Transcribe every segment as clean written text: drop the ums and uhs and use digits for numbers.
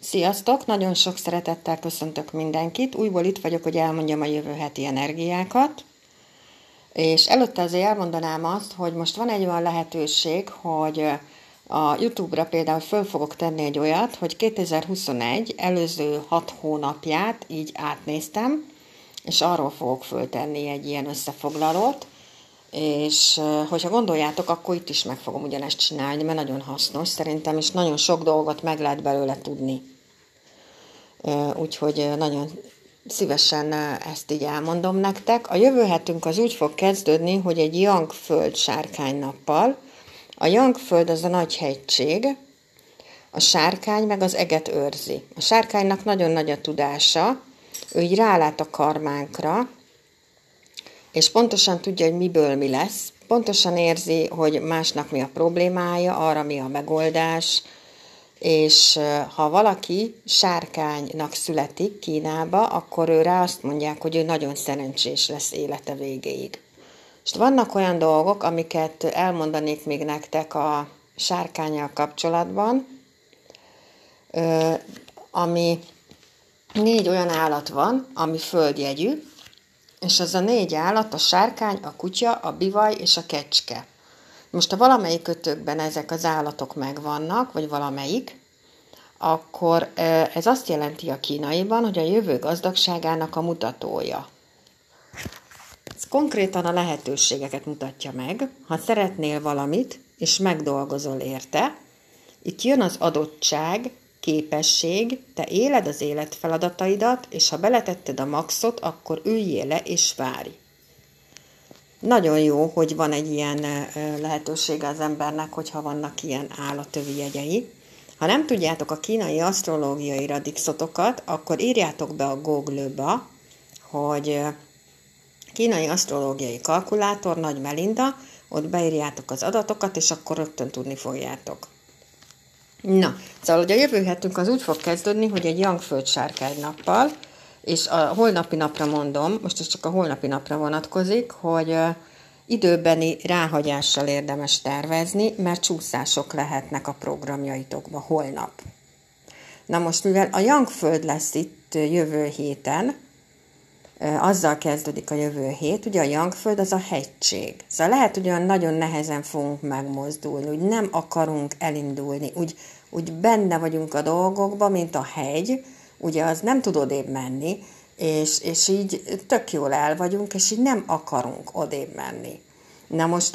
Sziasztok! Nagyon sok szeretettel köszöntök mindenkit. Újból itt vagyok, hogy elmondjam a jövő heti energiákat. És előtte azért elmondanám azt, hogy most van egy olyan lehetőség, hogy a YouTube-ra például föl fogok tenni egy olyat, hogy 2021 előző 6 hónapját így átnéztem, és arról fogok föltenni egy ilyen összefoglalót, és hogyha gondoljátok, akkor itt is meg fogom ugyanezt csinálni, mert nagyon hasznos szerintem, és nagyon sok dolgot meg lehet belőle tudni. Úgyhogy nagyon szívesen ezt így elmondom nektek. A jövő hetünk az úgy fog kezdődni, hogy egy Yang-föld sárkánynappal. A Yang-föld az a nagy hegység, a sárkány meg az eget őrzi. A sárkánynak nagyon nagy a tudása, ő így rálát a karmánkra, és pontosan tudja, hogy miből mi lesz. Pontosan érzi, hogy másnak mi a problémája, arra mi a megoldás, és ha valaki sárkánynak születik Kínába, akkor őre azt mondják, hogy ő nagyon szerencsés lesz élete végéig. És vannak olyan dolgok, amiket elmondanék még nektek a sárkánnyal kapcsolatban, ami 4 olyan állat van, ami földjegyű, és az a 4 állat, a sárkány, a kutya, a bivaj és a kecske. Most ha valamelyik kötőkben ezek az állatok megvannak, vagy valamelyik, akkor ez azt jelenti a kínaiban, hogy a jövő gazdagságának a mutatója. Ez konkrétan a lehetőségeket mutatja meg. Ha szeretnél valamit, és megdolgozol érte, itt jön az adottság, képesség, te éled az életfeladataidat, és ha beletetted a maxot, akkor üljél le és várj. Nagyon jó, hogy van egy ilyen lehetősége az embernek, hogyha vannak ilyen állatövi jegyei. Ha nem tudjátok a kínai asztrológiai radixotokat, akkor írjátok be a Google-ba, hogy kínai asztrológiai kalkulátor, Nagy Melinda, ott beírjátok az adatokat, és akkor rögtön tudni fogjátok. Na, szóval hogy a jövő hetünk az úgy fog kezdődni, hogy egy Yang-föld sárkánynappal, és a holnapi napra mondom, most ez csak a holnapi napra vonatkozik, hogy időbeni ráhagyással érdemes tervezni, mert csúszások lehetnek a programjaitokba holnap. Na most, mivel a Yang-föld lesz itt jövő héten, azzal kezdődik a jövő hét, ugye a Yang-föld az a hegység. Szóval lehet, hogy olyan nagyon nehezen fogunk megmozdulni, úgy nem akarunk elindulni, úgy benne vagyunk a dolgokban, mint a hegy, ugye az nem tud odébb menni, és így tök jól el vagyunk, és így nem akarunk odébb menni. Na most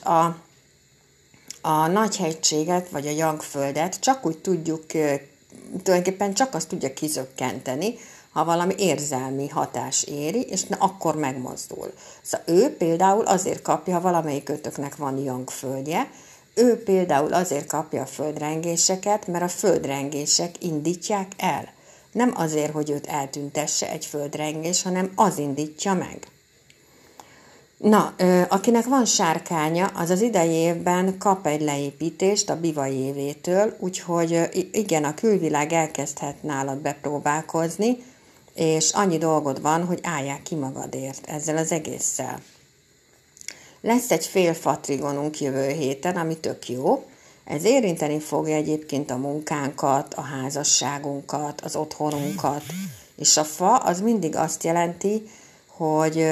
a nagy hegységet, vagy a Yang-földet csak úgy tudjuk, tulajdonképpen csak azt tudja kizökkenteni, ha valami érzelmi hatás éri, és akkor megmozdul. Szóval ő például azért kapja, ha valamelyikőtöknek van Yang-földje, ő például azért kapja a földrengéseket, mert a földrengések indítják el. Nem azért, hogy őt eltüntesse egy földrengés, hanem az indítja meg. Na, akinek van sárkánya, az az idei évben kap egy leépítést a bivaj évétől, úgyhogy igen, a külvilág elkezdhet nálad bepróbálkozni, és annyi dolgod van, hogy álljál ki magadért ezzel az egésszel. Lesz egy fél fatrigonunk jövő héten, ami tök jó. Ez érinteni fogja egyébként a munkánkat, a házasságunkat, az otthonunkat, és a fa az mindig azt jelenti, hogy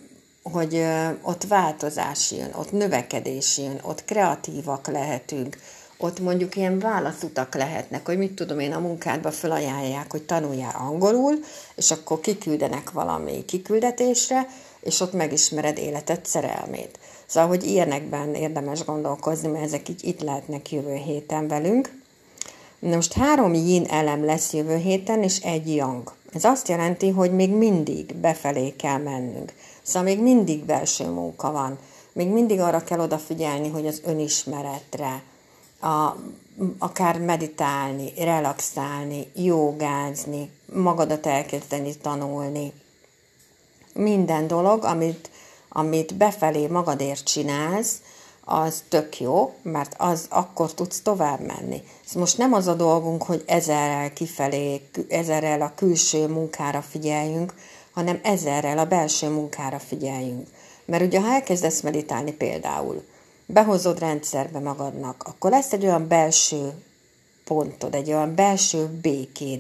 ott változás jön, ott növekedés jön, ott kreatívak lehetünk, ott mondjuk ilyen válaszutak lehetnek, hogy mit tudom én, a munkádba felajánlják, hogy tanuljál angolul, és akkor kiküldenek valami kiküldetésre, és ott megismered életed szerelmét. Szóval, hogy ilyenekben érdemes gondolkozni, mert ezek így itt lehetnek jövő héten velünk. Na most 3 yin elem lesz jövő héten, és 1 yang. Ez azt jelenti, hogy még mindig befelé kell mennünk. Szóval még mindig belső munka van. Még mindig arra kell odafigyelni, hogy az önismeretre, akár meditálni, relaxálni, jogázni, magadat elkezdeni tanulni. Minden dolog, amit befelé magadért csinálsz, az tök jó, mert az akkor tudsz tovább menni. Ez most nem az a dolgunk, hogy ezerrel kifelé, ezerrel a külső munkára figyeljünk, hanem ezerrel a belső munkára figyeljünk. Mert ugye, ha elkezdesz meditálni például, behozod rendszerbe magadnak, akkor lesz egy olyan belső pontod, egy olyan belső békéd,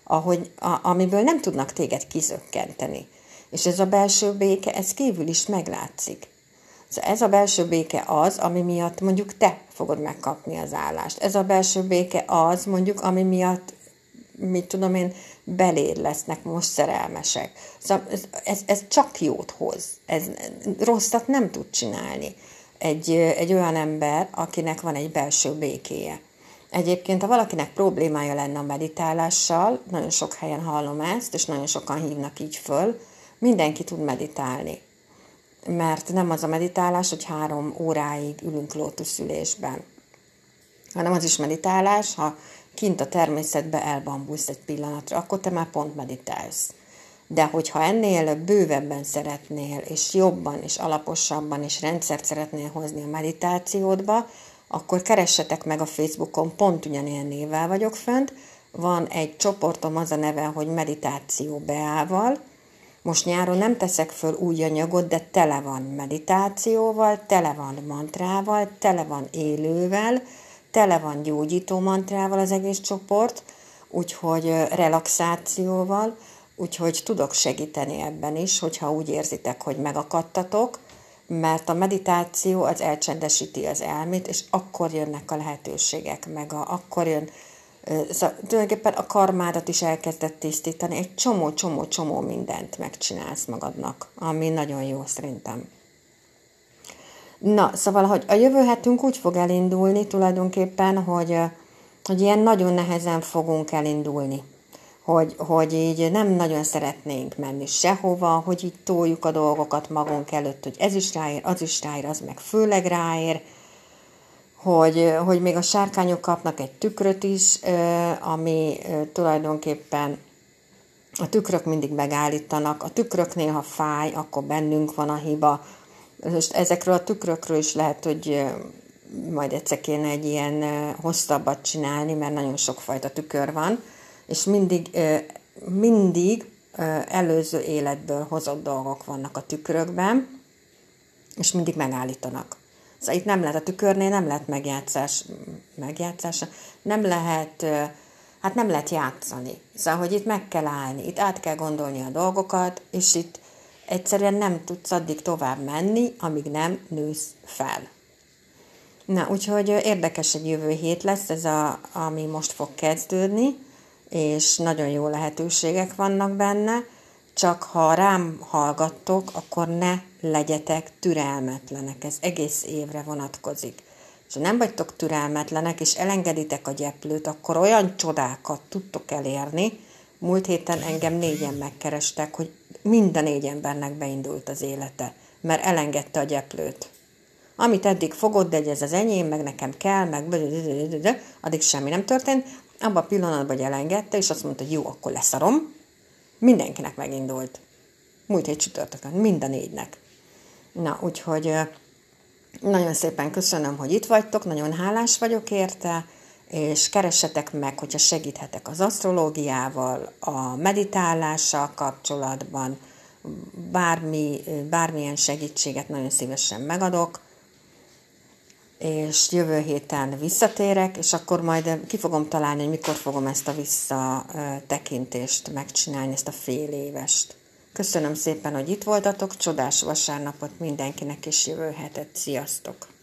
amiből nem tudnak téged kizökkenteni. És ez a belső béke, ez kívül is meglátszik. Ez a belső béke az, ami miatt mondjuk te fogod megkapni az állást. Ez a belső béke az, mondjuk, ami miatt, mit tudom én, beléd lesznek most szerelmesek. Szóval ez csak jót hoz. Ez rosszat nem tud csinálni egy olyan ember, akinek van egy belső békéje. Egyébként, ha valakinek problémája lenne a meditálással, nagyon sok helyen hallom ezt, és nagyon sokan hívnak így föl, mindenki tud meditálni. Mert nem az a meditálás, hogy 3 óráig ülünk lótuszülésben, hanem az is meditálás, ha kint a természetbe elbambulsz egy pillanatra, akkor te már pont meditálsz. De hogyha ennél bővebben szeretnél, és jobban, és alaposabban, és rendszert szeretnél hozni a meditációdba, akkor keressetek meg a Facebookon, pont ugyanilyen névvel vagyok fönt. Van egy csoportom, az a neve, hogy Meditáció Beával. Most nyáron nem teszek föl új anyagot, de tele van meditációval, tele van mantrával, tele van élővel, tele van gyógyító mantrával az egész csoport, úgyhogy relaxációval, úgyhogy tudok segíteni ebben is, hogyha úgy érzitek, hogy megakadtatok, mert a meditáció az elcsendesíti az elmét, és akkor jönnek a lehetőségek, akkor jön, szóval tulajdonképpen a karmádat is elkezdett tisztítani, egy csomó mindent megcsinálsz magadnak, ami nagyon jó szerintem. Na, szóval, hogy a jövő hetünk úgy fog elindulni tulajdonképpen, hogy ilyen nagyon nehezen fogunk elindulni. Hogy így nem nagyon szeretnénk menni sehova, hogy így toljuk a dolgokat magunk előtt, hogy ez is ráér, az meg főleg ráér, hogy még a sárkányok kapnak egy tükröt is, ami tulajdonképpen a tükrök mindig megállítanak. A tükröknél, ha fáj, akkor bennünk van a hiba. Most ezekről a tükrökről is lehet, hogy majd egyszer kéne egy ilyen hosszabbat csinálni, mert nagyon sokfajta tükör van, és mindig előző életből hozott dolgok vannak a tükrökben, és mindig megállítanak. Szóval itt nem lehet a tükörnél, nem lehet megjátszása, nem lehet játszani. Szóval, hogy itt meg kell állni, itt át kell gondolni a dolgokat, és itt egyszerűen nem tudsz addig tovább menni, amíg nem nősz fel. Na, úgyhogy érdekes egy jövő hét lesz, ami most fog kezdődni, és nagyon jó lehetőségek vannak benne, csak ha rám hallgattok, akkor ne legyetek türelmetlenek, ez egész évre vonatkozik. És ha nem vagytok türelmetlenek, és elengeditek a gyeplőt, akkor olyan csodákat tudtok elérni. Múlt héten engem 4-en megkerestek, hogy mind a 4 embernek beindult az élete, mert elengedte a gyeplőt. Amit eddig fogott, de ez az enyém, meg nekem kell, meg addig semmi nem történt. Abban a pillanatban, hogy elengedte, és azt mondta, hogy jó, akkor leszarom. Mindenkinek megindult. Múlt hét csütörtökön, mind a 4-nek. Na, úgyhogy nagyon szépen köszönöm, hogy itt vagytok, nagyon hálás vagyok érte, és keressetek meg, hogyha segíthetek az asztrológiával, a meditálással kapcsolatban, bármilyen segítséget nagyon szívesen megadok, és jövő héten visszatérek, és akkor majd ki fogom találni, hogy mikor fogom ezt a visszatekintést megcsinálni, ezt a fél évest. Köszönöm szépen, hogy itt voltatok, csodás vasárnapot mindenkinek, és jövő hetet. Sziasztok!